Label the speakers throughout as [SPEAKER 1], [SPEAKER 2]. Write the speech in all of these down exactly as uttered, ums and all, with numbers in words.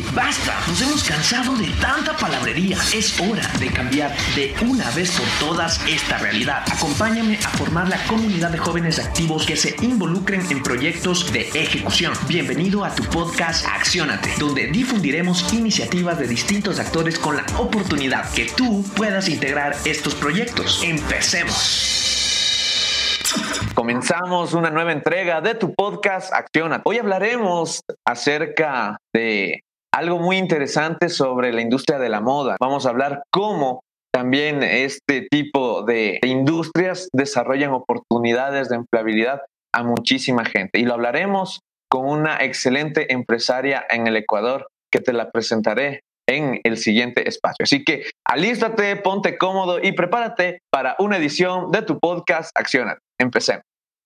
[SPEAKER 1] Basta, nos hemos cansado de tanta palabrería. Es hora de cambiar de una vez por todas esta realidad. Acompáñame a formar la comunidad de jóvenes activos que se involucren en proyectos de ejecución. Bienvenido a tu podcast Acciónate, donde difundiremos iniciativas de distintos actores con la oportunidad que tú puedas integrar estos proyectos. ¡Empecemos!
[SPEAKER 2] Comenzamos una nueva entrega de tu podcast Acciónate. Hoy hablaremos acerca de algo muy interesante sobre la industria de la moda. Vamos a hablar cómo también este tipo de industrias desarrollan oportunidades de empleabilidad a muchísima gente. Y lo hablaremos con una excelente empresaria en el Ecuador que te la presentaré en el siguiente espacio. Así que alístate, ponte cómodo y prepárate para una edición de tu podcast Acciónate. Empecemos.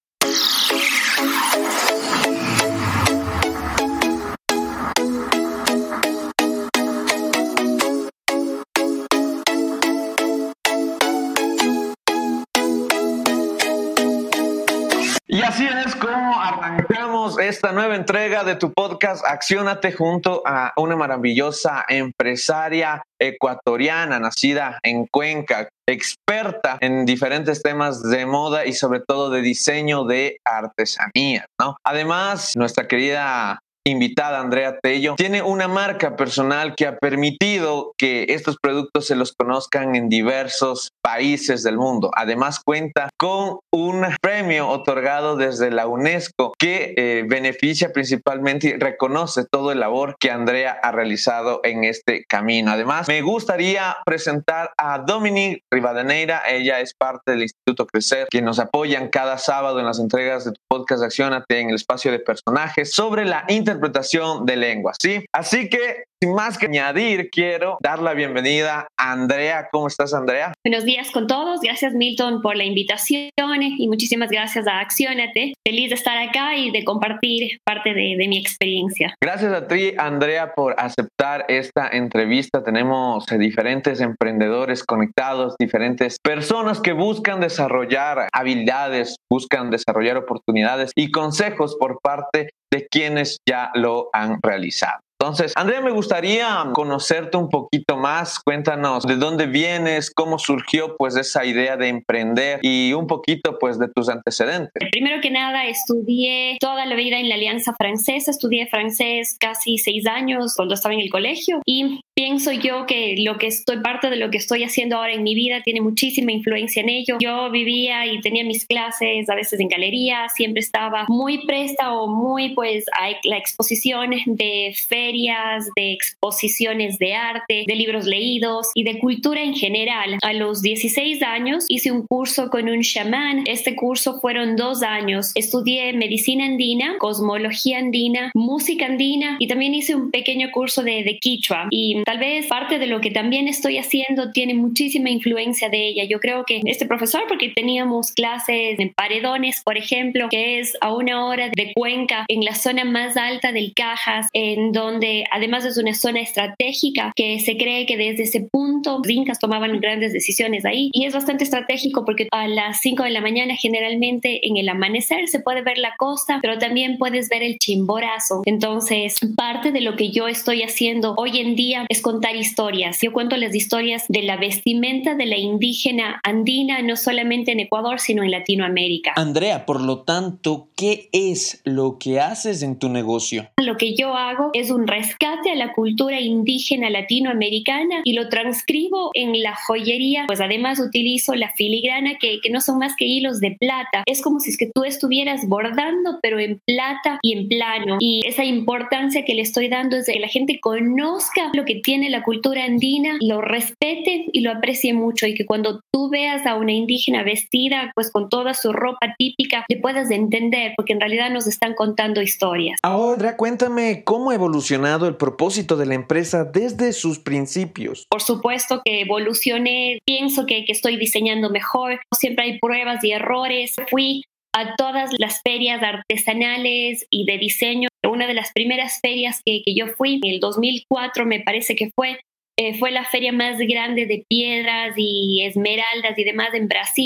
[SPEAKER 2] Y así es como arrancamos esta nueva entrega de tu podcast Acciónate junto a una maravillosa empresaria ecuatoriana nacida en Cuenca, experta en diferentes temas de moda y sobre todo de diseño de artesanía, ¿no? Además, nuestra querida invitada Andrea Tello tiene una marca personal que ha permitido que estos productos se los conozcan en diversos países del mundo. Además cuenta con un premio otorgado desde la UNESCO que eh, beneficia principalmente y reconoce todo el labor que Andrea ha realizado en este camino. Además, me gustaría presentar a Dominique Rivadeneira. Ella es parte del Instituto Crecer, que nos apoyan cada sábado en las entregas de tu podcast Acciónate en el espacio de personajes sobre la interpretación de lenguas, ¿sí? Así que, sin más que añadir, quiero dar la bienvenida a Andrea. ¿Cómo estás, Andrea?
[SPEAKER 3] Buenos días con todos. Gracias, Milton, por la invitación y muchísimas gracias a Acciónate. Feliz de estar acá y de compartir parte de, de mi experiencia.
[SPEAKER 2] Gracias a ti, Andrea, por aceptar esta entrevista. Tenemos diferentes emprendedores conectados, diferentes personas que buscan desarrollar habilidades, buscan desarrollar oportunidades y consejos por parte de quienes ya lo han realizado. Entonces, Andrea, me gustaría conocerte un poquito más. Cuéntanos de dónde vienes, cómo surgió pues esa idea de emprender y un poquito pues de tus antecedentes.
[SPEAKER 3] Primero que nada, estudié toda la vida en la Alianza Francesa. Estudié francés casi seis años cuando estaba en el colegio y pienso yo que lo que estoy, parte de lo que estoy haciendo ahora en mi vida tiene muchísima influencia en ello. Yo vivía y tenía mis clases a veces en galería, siempre estaba muy presta o muy pues a la exposición de ferias, de exposiciones de arte, de libros leídos y de cultura en general. A los dieciséis años hice un curso con un chamán. Este curso fueron dos años. Estudié medicina andina, cosmología andina, música andina y también hice un pequeño curso de, de quichua. Y tal vez parte de lo que también estoy haciendo tiene muchísima influencia de ella. Yo creo que este profesor, porque teníamos clases en Paredones, por ejemplo, que es a una hora de Cuenca, en la zona más alta del Cajas, en donde además es una zona estratégica que se cree que desde ese punto los incas tomaban grandes decisiones ahí y es bastante estratégico porque a las cinco de la mañana generalmente en el amanecer se puede ver la costa, pero también puedes ver el Chimborazo. Entonces, parte de lo que yo estoy haciendo hoy en día es contar historias. Yo cuento las historias de la vestimenta de la indígena andina, no solamente en Ecuador, sino en Latinoamérica.
[SPEAKER 4] Andrea, por lo tanto, ¿qué es lo que haces en tu negocio?
[SPEAKER 3] Lo que yo hago es un rescate a la cultura indígena latinoamericana y lo transcribo en la joyería. Pues además utilizo la filigrana que, que no son más que hilos de plata. Es como si es que tú estuvieras bordando pero en plata y en plano, y esa importancia que le estoy dando es de que la gente conozca lo que tiene la cultura andina, lo respete y lo aprecie mucho, y que cuando tú veas a una indígena vestida pues con toda su ropa típica le puedas entender, porque en realidad nos están contando historias.
[SPEAKER 4] Ahora cuéntame cómo evolucionado el propósito de la empresa desde sus principios.
[SPEAKER 3] Por supuesto que evolucioné, pienso que, que estoy diseñando mejor, siempre hay pruebas y errores. Fui a todas las ferias artesanales y de diseño. Una de las primeras ferias que, que yo fui, en el dos mil cuatro me parece que fue, eh, fue la feria más grande de piedras y esmeraldas y demás en Brasil.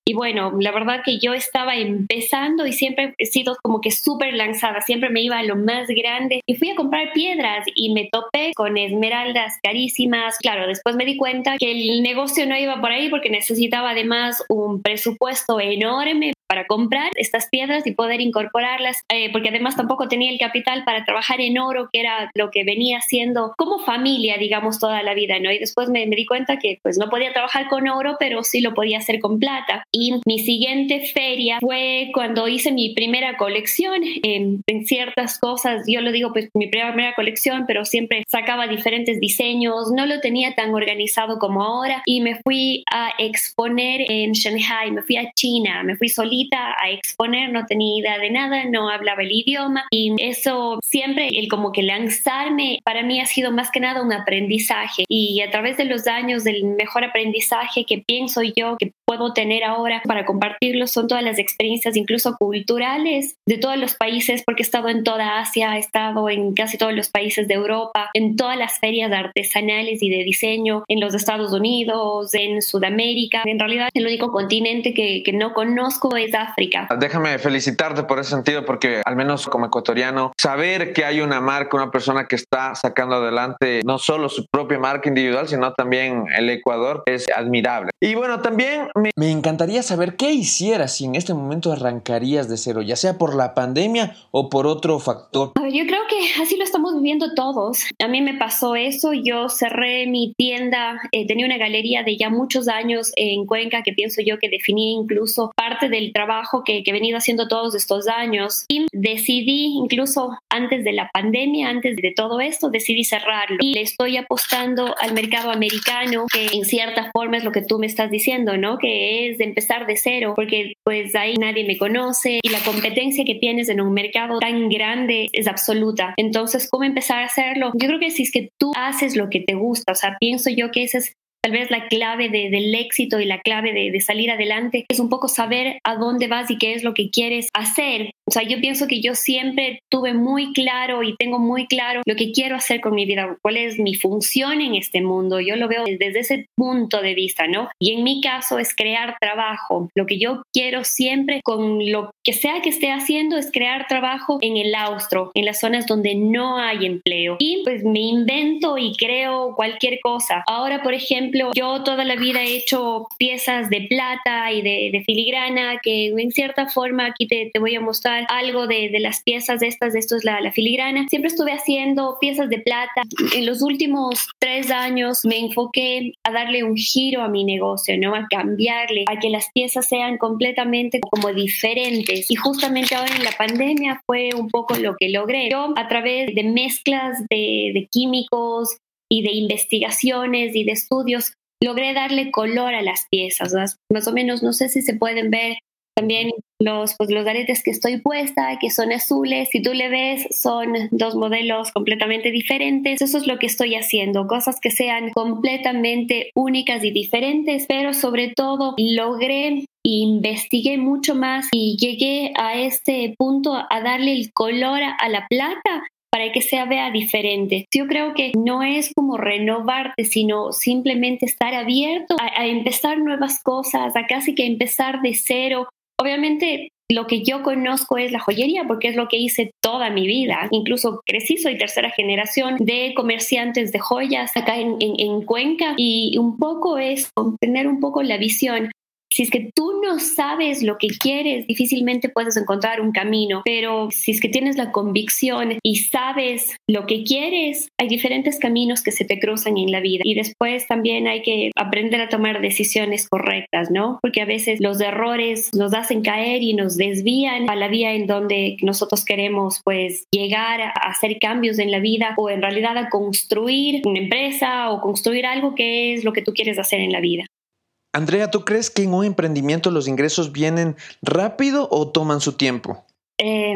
[SPEAKER 3] Y bueno, la verdad que yo estaba empezando y siempre he sido como que súper lanzada, siempre me iba a lo más grande y fui a comprar piedras y me topé con esmeraldas carísimas. Claro, después me di cuenta que el negocio no iba por ahí porque necesitaba además un presupuesto enorme para comprar estas piedras y poder incorporarlas, eh, porque además tampoco tenía el capital para trabajar en oro, que era lo que venía haciendo como familia, digamos, toda la vida, ¿no? Y después me, me di cuenta que pues no podía trabajar con oro, pero sí lo podía hacer con plata. Y mi siguiente feria fue cuando hice mi primera colección en, en ciertas cosas. Yo lo digo, pues mi primera colección, pero siempre sacaba diferentes diseños, no lo tenía tan organizado como ahora y me fui a exponer en Shanghai, me fui a China, me fui solita a exponer, no tenía idea de nada, no hablaba el idioma y eso siempre, el como que lanzarme, para mí ha sido más que nada un aprendizaje y a través de los años del mejor aprendizaje que pienso yo que puedo tener ahora para compartirlo son todas las experiencias incluso culturales de todos los países, porque he estado en toda Asia, he estado en casi todos los países de Europa, en todas las ferias artesanales y de diseño en los Estados Unidos, en Sudamérica. En realidad el único continente que, que no conozco es África.
[SPEAKER 2] Déjame felicitarte por ese sentido, porque al menos como ecuatoriano, saber que hay una marca, una persona que está sacando adelante no solo su propia marca individual, sino también el Ecuador, es admirable. Y bueno, también me...
[SPEAKER 4] me encantaría saber qué hicieras si en este momento arrancarías de cero, ya sea por la pandemia o por otro factor.
[SPEAKER 3] A ver, yo creo que así lo estamos viviendo todos. A mí me pasó eso, yo cerré mi tienda, eh, tenía una galería de ya muchos años en Cuenca que pienso yo que definía incluso parte del trabajo que, que he venido haciendo todos estos años y decidí incluso antes de la pandemia, antes de todo esto, decidí cerrarlo y le estoy apostando al mercado americano, que en cierta forma es lo que tú me estás diciendo, ¿no? Que es de empezar de cero, porque pues ahí nadie me conoce y la competencia que tienes en un mercado tan grande es absoluta. Entonces, ¿cómo empezar a hacerlo? Yo creo que si es que tú haces lo que te gusta, o sea, pienso yo que esa es tal vez la clave de, del éxito y la clave de, de salir adelante, es un poco saber a dónde vas y qué es lo que quieres hacer. O sea, yo pienso que yo siempre tuve muy claro y tengo muy claro lo que quiero hacer con mi vida, cuál es mi función en este mundo. Yo lo veo desde ese punto de vista, ¿no? Y en mi caso es crear trabajo. Lo que yo quiero siempre con lo que sea que esté haciendo es crear trabajo en el austro, en las zonas donde no hay empleo. Y pues me invento y creo cualquier cosa. Ahora, por ejemplo, yo toda la vida he hecho piezas de plata y de, de filigrana, que en cierta forma aquí te, te voy a mostrar algo de, de las piezas de estas, de esto es la, la filigrana. Siempre estuve haciendo piezas de plata. En los últimos tres años me enfoqué a darle un giro a mi negocio, ¿no? A cambiarle, a que las piezas sean completamente como diferentes. Y justamente ahora en la pandemia fue un poco lo que logré. Yo a través de mezclas de, de químicos y de investigaciones y de estudios, logré darle color a las piezas. Más, más o menos, no sé si se pueden ver también los, pues, los aretes que estoy puesta, que son azules. Si tú le ves, son dos modelos completamente diferentes. Eso es lo que estoy haciendo, cosas que sean completamente únicas y diferentes, pero sobre todo logré investigué mucho más y llegué a este punto a darle el color a la plata para que se vea diferente. Yo creo que no es como renovarte, sino simplemente estar abierto a, a empezar nuevas cosas, a casi que empezar de cero. Obviamente, lo que yo conozco es la joyería, porque es lo que hice toda mi vida. Incluso crecí, soy tercera generación de comerciantes de joyas acá en, en, en Cuenca, y un poco es tener un poco la visión. Si es que tú no sabes lo que quieres, difícilmente puedes encontrar un camino, pero si es que tienes la convicción y sabes lo que quieres, hay diferentes caminos que se te cruzan en la vida, y después también hay que aprender a tomar decisiones correctas, ¿no? Porque a veces los errores nos hacen caer y nos desvían a la vía en donde nosotros queremos pues llegar a hacer cambios en la vida, o en realidad a construir una empresa o construir algo que es lo que tú quieres hacer en la vida.
[SPEAKER 4] Andrea, ¿tú crees que en un emprendimiento los ingresos vienen rápido o toman su tiempo?
[SPEAKER 3] Eh,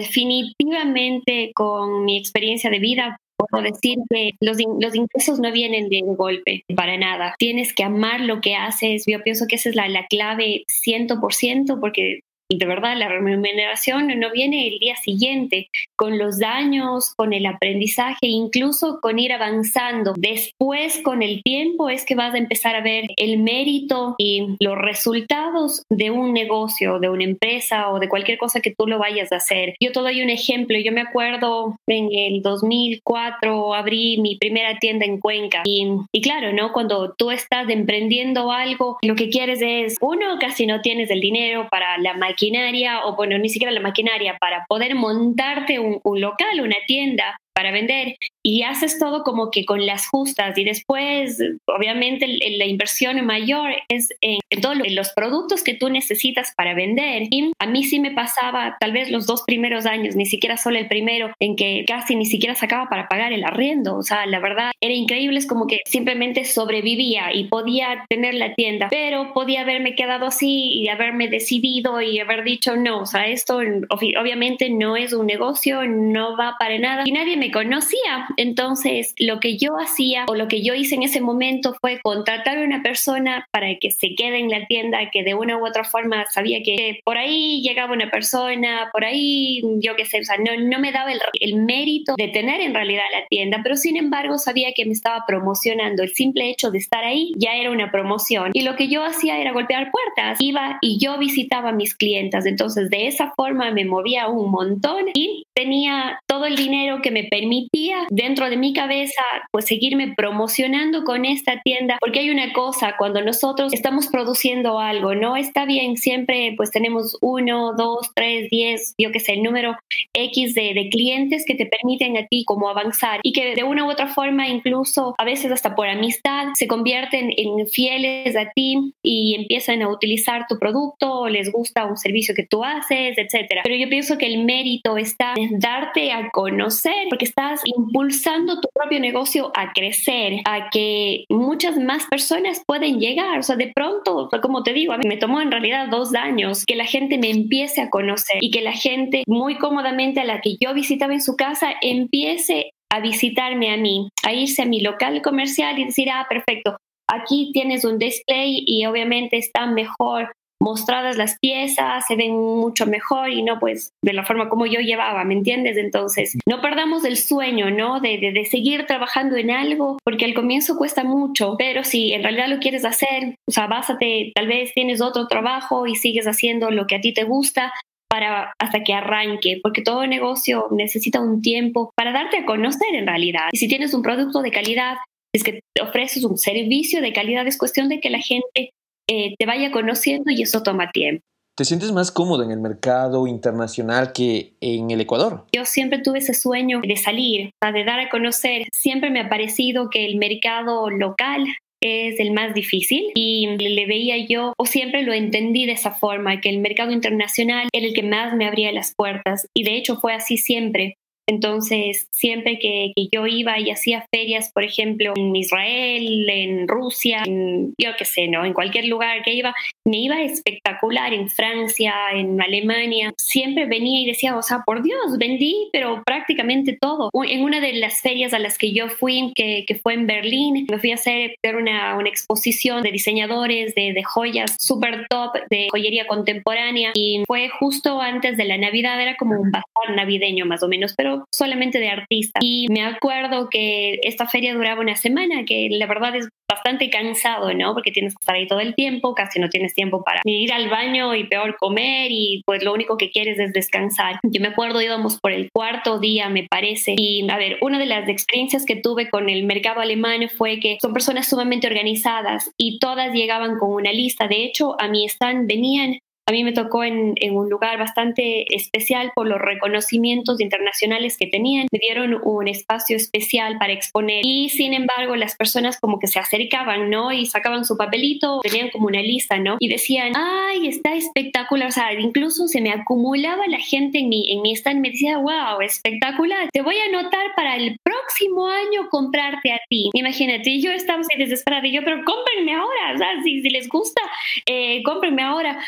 [SPEAKER 3] definitivamente, con mi experiencia de vida, puedo decir que los, in- los ingresos no vienen de golpe, para nada. Tienes que amar lo que haces. Yo pienso que esa es la, la clave cien por ciento, porque de verdad la remuneración no viene el día siguiente, con los años, con el aprendizaje, incluso con ir avanzando. Después, con el tiempo, es que vas a empezar a ver el mérito y los resultados de un negocio, de una empresa o de cualquier cosa que tú lo vayas a hacer. Yo te doy un ejemplo. Yo me acuerdo en el dos mil cuatro abrí mi primera tienda en Cuenca y, y claro, ¿no? Cuando tú estás emprendiendo algo, lo que quieres es, uno, casi no tienes el dinero para la maquinaria o bueno, ni siquiera la maquinaria para poder montarte un, un local, una tienda para vender, y haces todo como que con las justas y después obviamente la inversión mayor es en, en todos los productos que tú necesitas para vender. Y a mí sí me pasaba tal vez los dos primeros años, ni siquiera solo el primero, en que casi ni siquiera sacaba para pagar el arriendo. O sea, la verdad era increíble, es como que simplemente sobrevivía y podía tener la tienda, pero podía haberme quedado así y haberme decidido y haber dicho no, o sea, esto ob- obviamente no es un negocio, no va para nada y nadie me conocía. Entonces lo que yo hacía o lo que yo hice en ese momento fue contratar a una persona para que se quede en la tienda, que de una u otra forma sabía que por ahí llegaba una persona, por ahí yo qué sé, o sea, no, no me daba el, el mérito de tener en realidad la tienda, pero sin embargo sabía que me estaba promocionando. El simple hecho de estar ahí ya era una promoción y lo que yo hacía era golpear puertas, iba y yo visitaba a mis clientas. Entonces de esa forma me movía un montón y tenía todo el dinero que me permitía dentro de mi cabeza pues seguirme promocionando con esta tienda, porque hay una cosa, cuando nosotros estamos produciendo algo, no está bien, siempre pues tenemos uno, dos, tres, diez, yo qué sé, el número X de, de clientes que te permiten a ti como avanzar y que de una u otra forma incluso a veces hasta por amistad se convierten en fieles a ti y empiezan a utilizar tu producto o les gusta un servicio que tú haces, etcétera. Pero yo pienso que el mérito está en darte a conocer, porque estás impulsando tu propio negocio a crecer, a que muchas más personas pueden llegar. O sea, de pronto, como te digo, a mí me tomó en realidad dos años que la gente me empiece a conocer y que la gente muy cómodamente a la que yo visitaba en su casa empiece a visitarme a mí, a irse a mi local comercial y decir, ah, perfecto, aquí tienes un display y obviamente está mejor mostradas las piezas, se ven mucho mejor y no pues de la forma como yo llevaba, ¿me entiendes? Entonces no perdamos el sueño, ¿no? De, de, de seguir trabajando en algo, porque al comienzo cuesta mucho, pero si en realidad lo quieres hacer, o sea, básate, tal vez tienes otro trabajo y sigues haciendo lo que a ti te gusta para hasta que arranque, porque todo negocio necesita un tiempo para darte a conocer en realidad. Y si tienes un producto de calidad, es que te ofreces un servicio de calidad, es cuestión de que la gente Eh, te vaya conociendo y eso toma tiempo.
[SPEAKER 4] ¿Te sientes más cómodo en el mercado internacional que en el Ecuador?
[SPEAKER 3] Yo siempre tuve ese sueño de salir, de dar a conocer. Siempre me ha parecido que el mercado local es el más difícil y le veía yo, o siempre lo entendí de esa forma, que el mercado internacional era el que más me abría las puertas y de hecho fue así siempre. Entonces, siempre que, que yo iba y hacía ferias, por ejemplo, en Israel, en Rusia, en, yo qué sé, ¿no? En cualquier lugar que iba, me iba espectacular, en Francia, en Alemania. Siempre venía y decía, o sea, por Dios, vendí, pero prácticamente todo. En una de las ferias a las que yo fui, que, que fue en Berlín, me fui a hacer una, una exposición de diseñadores, de, de joyas súper top, de joyería contemporánea, y fue justo antes de la Navidad, era como un bazar navideño más o menos, pero solamente de artistas. Y me acuerdo que esta feria duraba una semana, que la verdad es bastante cansado, ¿no? Porque tienes que estar ahí todo el tiempo, casi no tienes tiempo para ir al baño y peor comer y pues lo único que quieres es descansar. Yo me acuerdo, íbamos por el cuarto día, me parece, y a ver, una de las experiencias que tuve con el mercado alemán fue que son personas sumamente organizadas y todas llegaban con una lista. De hecho, a mi stand venían. A mí me tocó en, en un lugar bastante especial por los reconocimientos internacionales que tenían. Me dieron un espacio especial para exponer y sin embargo las personas como que se acercaban, ¿no? Y sacaban su papelito, tenían como una lista, ¿no? Y decían, ¡ay, está espectacular! O sea, incluso se me acumulaba la gente en mi, en mi stand y me decía, ¡wow, espectacular! Te voy a anotar para el próximo año comprarte a ti. Imagínate, yo estaba así desesperada y yo, pero cómprenme ahora, o sea, si, si les gusta, eh, cómprenme ahora, porque no había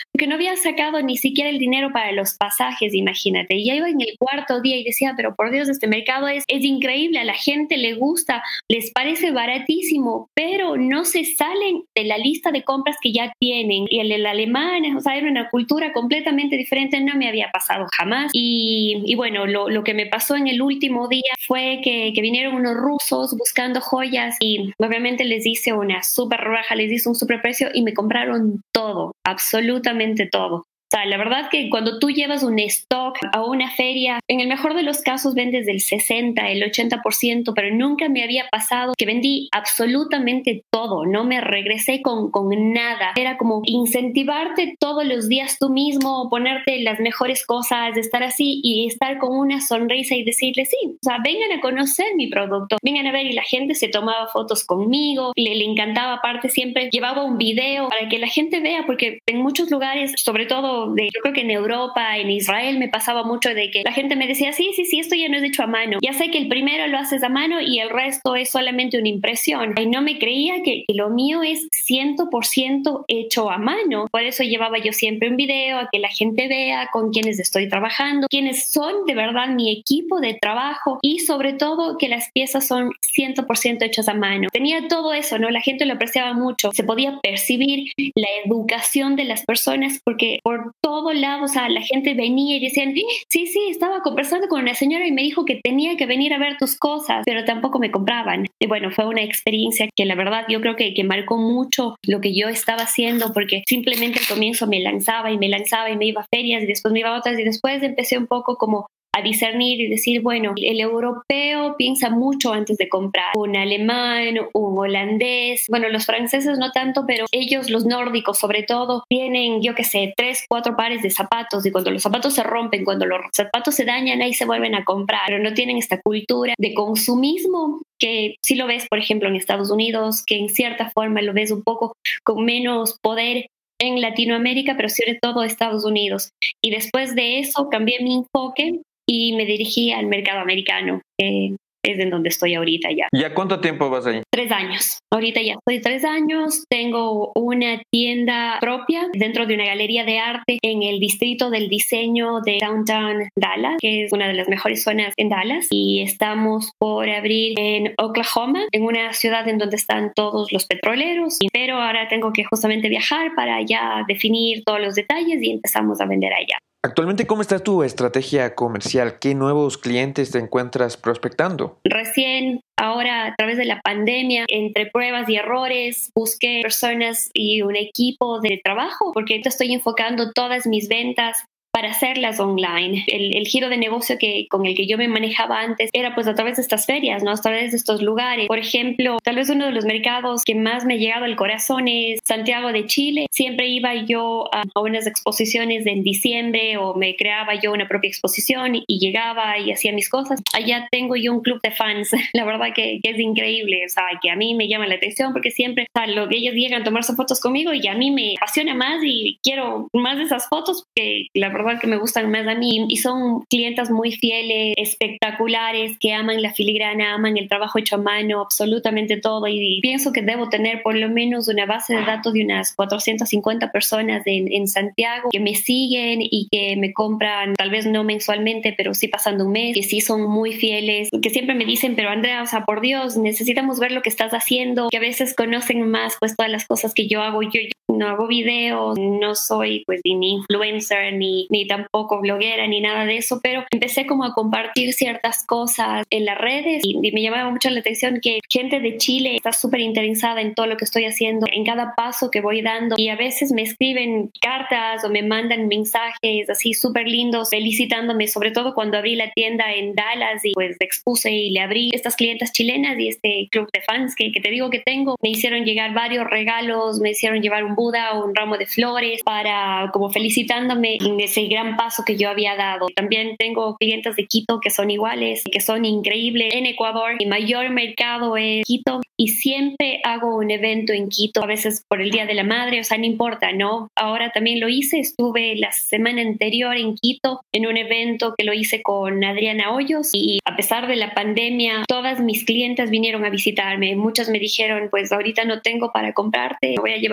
[SPEAKER 3] había sacado ni siquiera el dinero para los pasajes, imagínate. Y ya iba en el cuarto día y decía, pero por Dios, este mercado es, es increíble, a la gente le gusta, les parece baratísimo, pero no se salen de la lista de compras que ya tienen. Y el, el alemán, o sea, era una cultura completamente diferente, no me había pasado jamás. Y, y bueno, lo, lo que me pasó en el último día fue que, que vinieron unos rusos buscando joyas y obviamente les hice una súper raja, les hice un súper precio y me compraron todo, absolutamente todo. O sea, la verdad que cuando tú llevas un stock a una feria, en el mejor de los casos vendes del sesenta, el ochenta por ciento, pero nunca me había pasado que vendí absolutamente todo, no me regresé con, con nada. Era como incentivarte todos los días tú mismo, ponerte las mejores cosas, estar así y estar con una sonrisa y decirle, sí, o sea, vengan a conocer mi producto, vengan a ver. Y la gente se tomaba fotos conmigo, le, le encantaba, aparte siempre llevaba un video para que la gente vea, porque en muchos lugares, sobre todo de, yo creo que en Europa, en Israel me pasaba mucho de que la gente me decía, sí, sí, sí, esto ya no es hecho a mano. Ya sé que el primero lo haces a mano y el resto es solamente una impresión. Y no me creía que, que lo mío es cien por ciento hecho a mano. Por eso llevaba yo siempre un video a que la gente vea con quienes estoy trabajando, quienes son de verdad mi equipo de trabajo y sobre todo que las piezas son cien por ciento hechas a mano. Tenía todo eso, ¿no? La gente lo apreciaba mucho. Se podía percibir la educación de las personas porque por todos lados, o sea, la gente venía y decían, sí, sí, estaba conversando con una señora y me dijo que tenía que venir a ver tus cosas, pero tampoco me compraban. Y bueno, fue una experiencia que la verdad yo creo que, que marcó mucho lo que yo estaba haciendo, porque simplemente al comienzo me lanzaba y me lanzaba y me iba a ferias y después me iba a otras y después empecé un poco como a discernir y decir, bueno, el europeo piensa mucho antes de comprar, un alemán, un holandés, bueno, los franceses no tanto, pero ellos, los nórdicos sobre todo, tienen, yo qué sé, tres, cuatro pares de zapatos y cuando los zapatos se rompen, cuando los zapatos se dañan, ahí se vuelven a comprar, pero no tienen esta cultura de consumismo que sí lo ves, por ejemplo, en Estados Unidos, que en cierta forma lo ves un poco con menos poder en Latinoamérica, pero sobre todo Estados Unidos. Y después de eso cambié mi enfoque y me dirigí al mercado americano, que es en donde estoy ahorita ya.
[SPEAKER 2] ¿Ya cuánto tiempo vas ahí?
[SPEAKER 3] Tres años. Ahorita ya estoy tres años. Tengo una tienda propia dentro de una galería de arte en el distrito del diseño de Downtown Dallas, que es una de las mejores zonas en Dallas. Y estamos por abrir en Oklahoma, en una ciudad en donde están todos los petroleros. Pero ahora tengo que justamente viajar para ya definir todos los detalles y empezamos a vender allá.
[SPEAKER 4] Actualmente, ¿cómo está tu estrategia comercial? ¿Qué nuevos clientes te encuentras prospectando?
[SPEAKER 3] Recién, ahora a través de la pandemia, entre pruebas y errores, busqué personas y un equipo de trabajo, porque ahorita estoy enfocando todas mis ventas para hacerlas online. El, el giro de negocio que, con el que yo me manejaba antes era pues a través de estas ferias, ¿no? A través de estos lugares. Por ejemplo, tal vez uno de los mercados que más me ha llegado al corazón es Santiago de Chile. Siempre iba yo a, a unas exposiciones en diciembre o me creaba yo una propia exposición y, y llegaba y hacía mis cosas. Allá tengo yo un club de fans. La verdad que, que es increíble, o sea, que a mí me llama la atención porque siempre, o sea, lo que ellos llegan a tomarse fotos conmigo y a mí me apasiona más y quiero más de esas fotos que la verdad que me gustan más a mí y son clientas muy fieles, espectaculares, que aman la filigrana, aman el trabajo hecho a mano, absolutamente todo. Y pienso que debo tener por lo menos una base de datos de unas cuatrocientas cincuenta personas en, en Santiago que me siguen y que me compran, tal vez no mensualmente, pero sí pasando un mes, que sí son muy fieles, que siempre me dicen, pero Andrea, o sea, por Dios, necesitamos ver lo que estás haciendo, que a veces conocen más pues todas las cosas que yo hago. Yo, yo no hago videos, no soy pues ni influencer, ni, ni tampoco bloguera, ni nada de eso, pero empecé como a compartir ciertas cosas en las redes y, y me llamaba mucho la atención que gente de Chile está súper interesada en todo lo que estoy haciendo, en cada paso que voy dando y a veces me escriben cartas o me mandan mensajes así súper lindos felicitándome, sobre todo cuando abrí la tienda en Dallas y pues expuse y le abrí estas clientas chilenas y este club de fans que, que te digo que tengo, me hicieron llegar varios regalos, me hicieron llevar un Buda o un ramo de flores para como felicitándome en ese gran paso que yo había dado. También tengo clientes de Quito que son iguales, que son increíbles. En Ecuador, mi mayor mercado es Quito y siempre hago un evento en Quito, a veces por el Día de la Madre, o sea, no importa, ¿no? Ahora también lo hice, estuve la semana anterior en Quito en un evento que lo hice con Adriana Hoyos y a pesar de la pandemia, todas mis clientes vinieron a visitarme. Muchas me dijeron, pues ahorita no tengo para comprarte, voy a llevar como un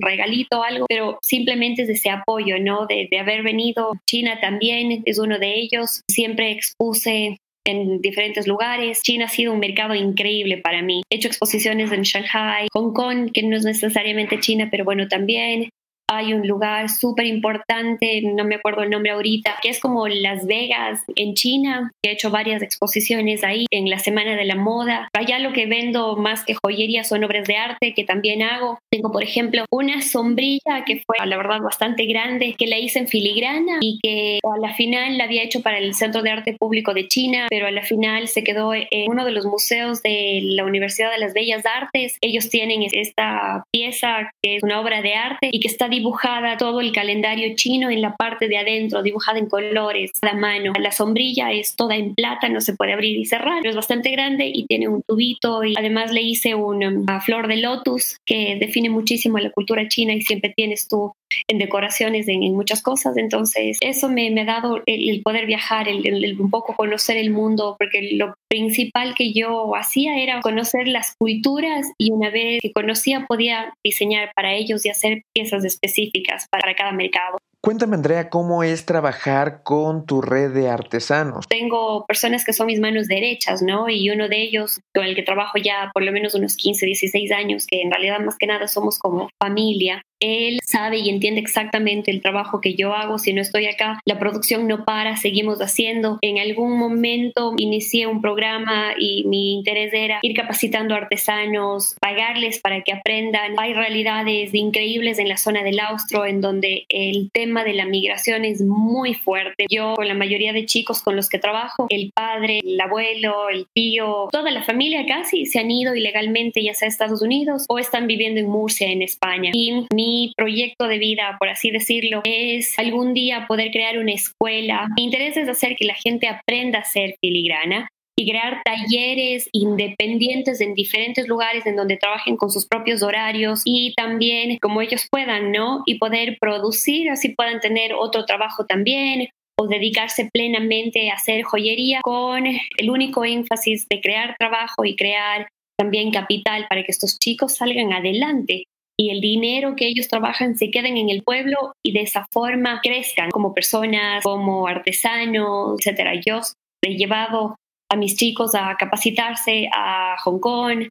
[SPEAKER 3] regalito o algo, pero simplemente es ese apoyo, ¿no? De, de haber venido. China también es uno de ellos. Siempre expuse en diferentes lugares. China ha sido un mercado increíble para mí. He hecho exposiciones en Shanghai, Hong Kong, que no es necesariamente China, pero bueno, también. Hay un lugar súper importante, no me acuerdo el nombre ahorita, que es como Las Vegas en China, que he hecho varias exposiciones ahí en la Semana de la Moda. Allá lo que vendo más que joyería son obras de arte que también hago. Tengo, por ejemplo, una sombrilla que fue, la verdad, bastante grande, que la hice en filigrana y que a la final la había hecho para el Centro de Arte Público de China, pero a la final se quedó en uno de los museos de la Universidad de las Bellas Artes. Ellos tienen esta pieza que es una obra de arte y que está dibujada todo el calendario chino en la parte de adentro, dibujada en colores a la mano. La sombrilla es toda en plata, no se puede abrir y cerrar, pero es bastante grande y tiene un tubito, y además le hice una flor de lotus que define muchísimo la cultura china y siempre tienes tú en decoraciones, en, en muchas cosas. Entonces eso me, me ha dado el, el poder viajar, el, el, el un poco conocer el mundo, porque lo principal que yo hacía era conocer las culturas, y una vez que conocía podía diseñar para ellos y hacer piezas específicas para cada mercado.
[SPEAKER 4] Cuéntame, Andrea, ¿cómo es trabajar con tu red de artesanos?
[SPEAKER 3] Tengo personas que son mis manos derechas, ¿no? Y uno de ellos, con el que trabajo ya por lo menos unos quince, dieciséis años, que en realidad más que nada somos como familia. Él sabe y entiende exactamente el trabajo que yo hago. Si no estoy acá, la producción no para, seguimos haciendo. En algún momento inicié un programa y mi interés era ir capacitando artesanos, pagarles para que aprendan. Hay realidades increíbles en la zona del Austro en donde el tema de la migración es muy fuerte. Yo, con la mayoría de chicos con los que trabajo, el padre, el abuelo, el tío, toda la familia casi se han ido ilegalmente, ya sea a Estados Unidos o están viviendo en Murcia, en España. Y mi Mi proyecto de vida, por así decirlo, es algún día poder crear una escuela. Mi interés es hacer que la gente aprenda a hacer filigrana y crear talleres independientes en diferentes lugares en donde trabajen con sus propios horarios y también como ellos puedan, ¿no? Y poder producir, así puedan tener otro trabajo también, o dedicarse plenamente a hacer joyería con el único énfasis de crear trabajo y crear también capital para que estos chicos salgan adelante y el dinero que ellos trabajan se queden en el pueblo y de esa forma crezcan como personas, como artesanos, etcétera. Yo he llevado a mis chicos a capacitarse a Hong Kong,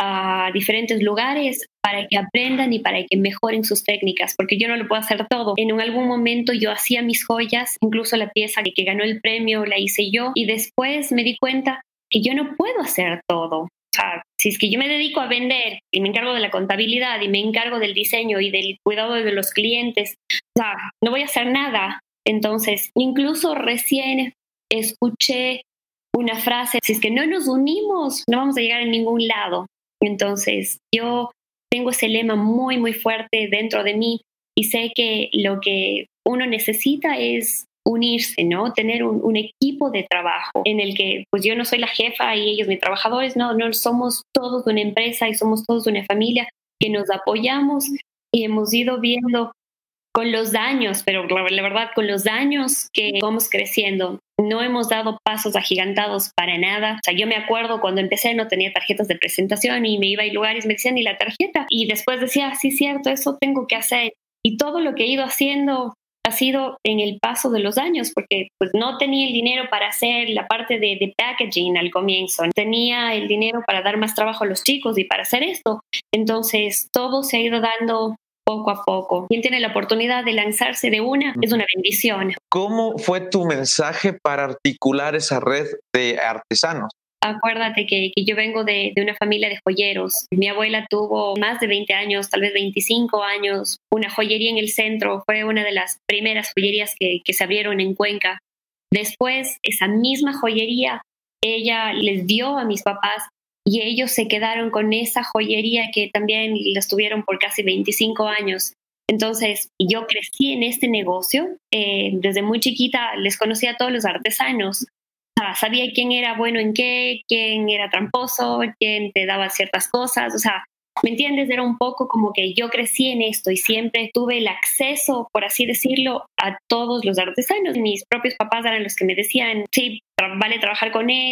[SPEAKER 3] a diferentes lugares para que aprendan y para que mejoren sus técnicas, porque yo no lo puedo hacer todo. En algún momento yo hacía mis joyas, incluso la pieza que ganó el premio la hice yo, y después me di cuenta que yo no puedo hacer todo. O sea, si es que yo me dedico a vender y me encargo de la contabilidad y me encargo del diseño y del cuidado de los clientes, o sea, no voy a hacer nada. Entonces, incluso recién escuché una frase: si es que no nos unimos, no vamos a llegar a ningún lado. Entonces, yo tengo ese lema muy, muy fuerte dentro de mí y sé que lo que uno necesita es unirse, ¿no? Tener un, un equipo de trabajo en el que, pues yo no soy la jefa y ellos mis trabajadores, no, no somos todos una empresa y somos todos una familia que nos apoyamos y hemos ido viendo con los años, pero la, la verdad con los años que vamos creciendo, no hemos dado pasos agigantados para nada. O sea, yo me acuerdo cuando empecé no tenía tarjetas de presentación y me iba a lugares, me decían, ¿y la tarjeta? Y después decía, sí, cierto, eso tengo que hacer. Y todo lo que he ido haciendo ha sido en el paso de los años, porque pues no tenía el dinero para hacer la parte de, de packaging al comienzo, tenía el dinero para dar más trabajo a los chicos y para hacer esto. Entonces todo se ha ido dando poco a poco. Quien tiene la oportunidad de lanzarse de una es una bendición.
[SPEAKER 2] ¿Cómo fue tu mensaje para articular esa red de artesanos?
[SPEAKER 3] Acuérdate que, que yo vengo de, de una familia de joyeros. Mi abuela tuvo más de veinte años, tal vez veinticinco años, una joyería en el centro. Fue una de las primeras joyerías que, que se abrieron en Cuenca. Después, esa misma joyería, ella les dio a mis papás y ellos se quedaron con esa joyería que también las tuvieron por casi veinticinco años. Entonces, yo crecí en este negocio. Eh, desde muy chiquita les conocía a todos los artesanos. Sabía quién era bueno en qué, quién era tramposo, quién te daba ciertas cosas. O sea, ¿me entiendes? Era un poco como que yo crecí en esto y siempre tuve el acceso, por así decirlo, a todos los artesanos. Mis propios papás eran los que me decían, sí, tra- vale trabajar con él,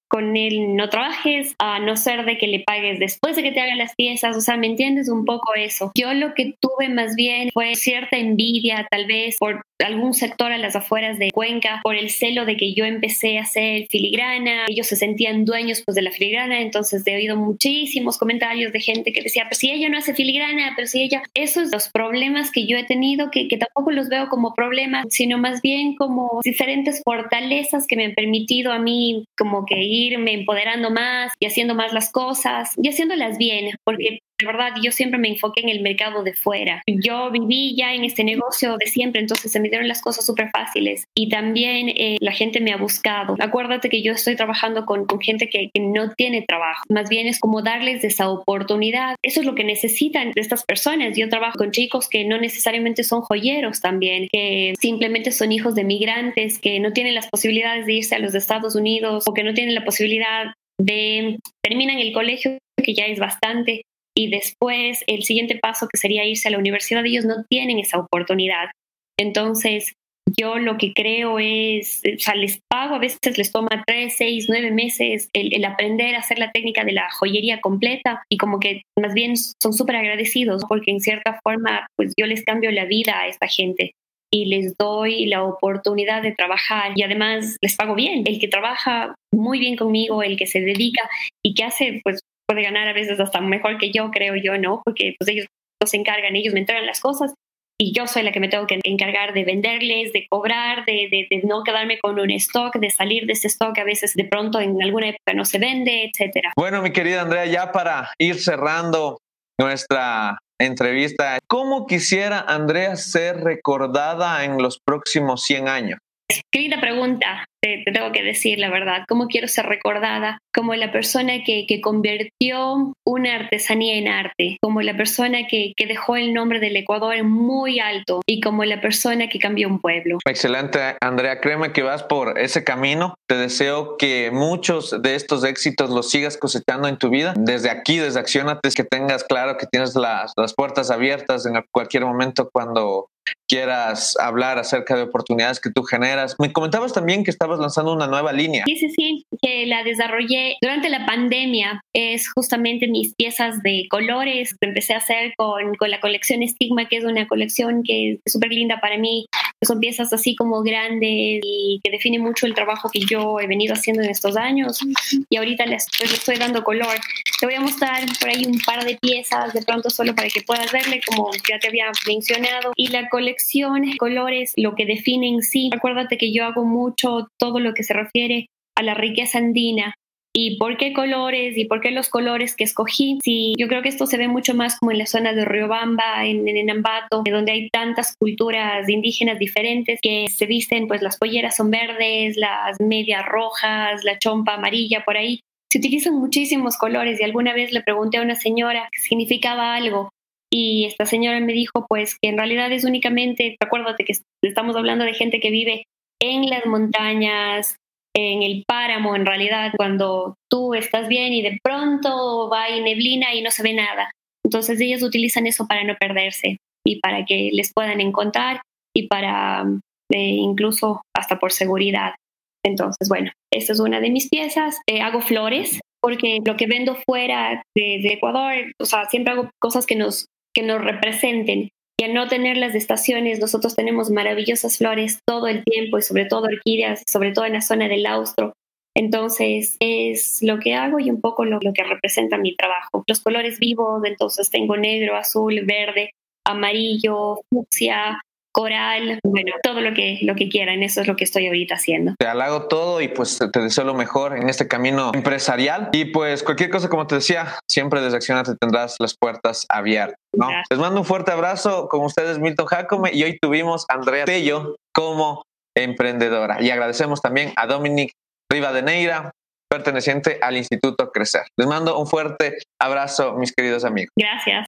[SPEAKER 3] con él no trabajes, a no ser de que le pagues después de que te hagan las piezas. O sea, ¿me entiendes un poco eso? Yo lo que tuve más bien fue cierta envidia, tal vez por algún sector a las afueras de Cuenca, por el celo de que yo empecé a hacer filigrana. Ellos se sentían dueños pues de la filigrana, entonces he oído muchísimos comentarios de gente que decía, pero si ella no hace filigrana, pero si ella... Esos los problemas que yo he tenido, que, que tampoco los veo como problemas, sino más bien como diferentes fortalezas que me han permitido a mí como que irme empoderando más y haciendo más las cosas y haciéndolas bien, porque de verdad yo siempre me enfoqué en el mercado de fuera. Yo viví ya en este negocio de siempre, entonces se me dieron las cosas súper fáciles y también eh, la gente me ha buscado. Acuérdate que yo estoy trabajando con, con gente que, que no tiene trabajo, más bien es como darles esa oportunidad. Eso es lo que necesitan de estas personas. Yo trabajo con chicos que no necesariamente son joyeros también, que simplemente son hijos de migrantes, que no tienen las posibilidades de irse a los Estados Unidos o que no tienen la posibilidad de terminan el colegio, que ya es bastante, y después el siguiente paso que sería irse a la universidad, ellos no tienen esa oportunidad. Entonces yo lo que creo es, o sea, les pago, a veces les toma tres, seis, nueve meses el, el aprender a hacer la técnica de la joyería completa y como que más bien son súper agradecidos porque en cierta forma pues yo les cambio la vida a esta gente y les doy la oportunidad de trabajar y además les pago bien. El que trabaja muy bien conmigo, el que se dedica y que hace pues puede ganar a veces hasta mejor que yo, creo yo, ¿no? Porque pues ellos se encargan, ellos me entregan las cosas y yo soy la que me tengo que encargar de venderles, de cobrar, de, de, de no quedarme con un stock, de salir de ese stock a veces de pronto en alguna época no se vende, etcétera.
[SPEAKER 2] Bueno, mi querida Andrea, ya para ir cerrando nuestra entrevista, ¿cómo quisiera Andrea ser recordada en los próximos cien años?
[SPEAKER 3] Qué linda pregunta, te, te tengo que decir la verdad. ¿Cómo quiero ser recordada? Como la persona que, que convirtió una artesanía en arte, como la persona que, que dejó el nombre del Ecuador muy alto y como la persona que cambió un pueblo.
[SPEAKER 2] Excelente, Andrea. Créeme que vas por ese camino. Te deseo que muchos de estos éxitos los sigas cosechando en tu vida. Desde aquí, desde Acciónate, que tengas claro que tienes las, las puertas abiertas en cualquier momento cuando quieras hablar acerca de oportunidades que tú generas. Me comentabas también que estabas lanzando una nueva línea.
[SPEAKER 3] Sí, sí, sí, que la desarrollé durante la pandemia. Es justamente mis piezas de colores. Empecé a hacer con, con la colección Estigma, que es una colección que es súper linda para mí. Son piezas así como grandes y que define mucho el trabajo que yo he venido haciendo en estos años. Y ahorita les, pues, les estoy dando color. Te voy a mostrar por ahí un par de piezas de pronto solo para que puedas verle, como ya te había mencionado. Y la colección colores, lo que define en sí. Acuérdate que yo hago mucho todo lo que se refiere a la riqueza andina. ¿Y por qué colores? ¿Y por qué los colores que escogí? Sí, yo creo que esto se ve mucho más como en la zona de Riobamba, en, en Ambato, donde hay tantas culturas indígenas diferentes que se visten, pues las polleras son verdes, las medias rojas, la chompa amarilla, por ahí. Se utilizan muchísimos colores y alguna vez le pregunté a una señora qué significaba algo. Y esta señora me dijo pues que en realidad es únicamente, acuérdate que estamos hablando de gente que vive en las montañas, en el páramo, en realidad, cuando tú estás bien y de pronto va y neblina y no se ve nada. Entonces ellos utilizan eso para no perderse y para que les puedan encontrar y para eh, incluso hasta por seguridad. Entonces, bueno, esta es una de mis piezas. Eh, hago flores porque lo que vendo fuera de, de Ecuador, o sea, siempre hago cosas que nos que nos representen. Y al no tener las estaciones, nosotros tenemos maravillosas flores todo el tiempo y sobre todo orquídeas, sobre todo en la zona del Austro. Entonces es lo que hago y un poco lo, lo que representa mi trabajo. Los colores vivos, entonces tengo negro, azul, verde, amarillo, fucsia, coral, bueno, todo lo que, lo que quieran, eso es lo que estoy ahorita haciendo.
[SPEAKER 2] Te halago todo y pues te deseo lo mejor en este camino empresarial y pues cualquier cosa, como te decía, siempre desde Acciónate tendrás las puertas abiertas, ¿no? Les mando un fuerte abrazo, con ustedes Milton Jacome y hoy tuvimos a Andrea Tello como emprendedora y agradecemos también a Dominic Rivadeneira, perteneciente al Instituto Crecer. Les mando un fuerte abrazo, mis queridos amigos.
[SPEAKER 3] Gracias.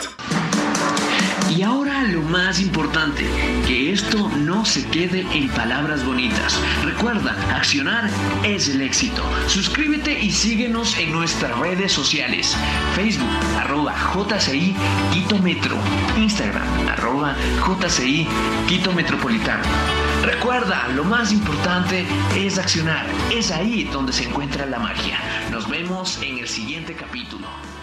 [SPEAKER 1] Y ahora lo más importante, que esto no se quede en palabras bonitas. Recuerda, accionar es el éxito. Suscríbete y síguenos en nuestras redes sociales. Facebook, arroba J C I Quito Metro. Instagram, arroba arroba jci Quito Metropolitano. Recuerda, lo más importante es accionar. Es ahí donde se encuentra la magia. Nos vemos en el siguiente capítulo.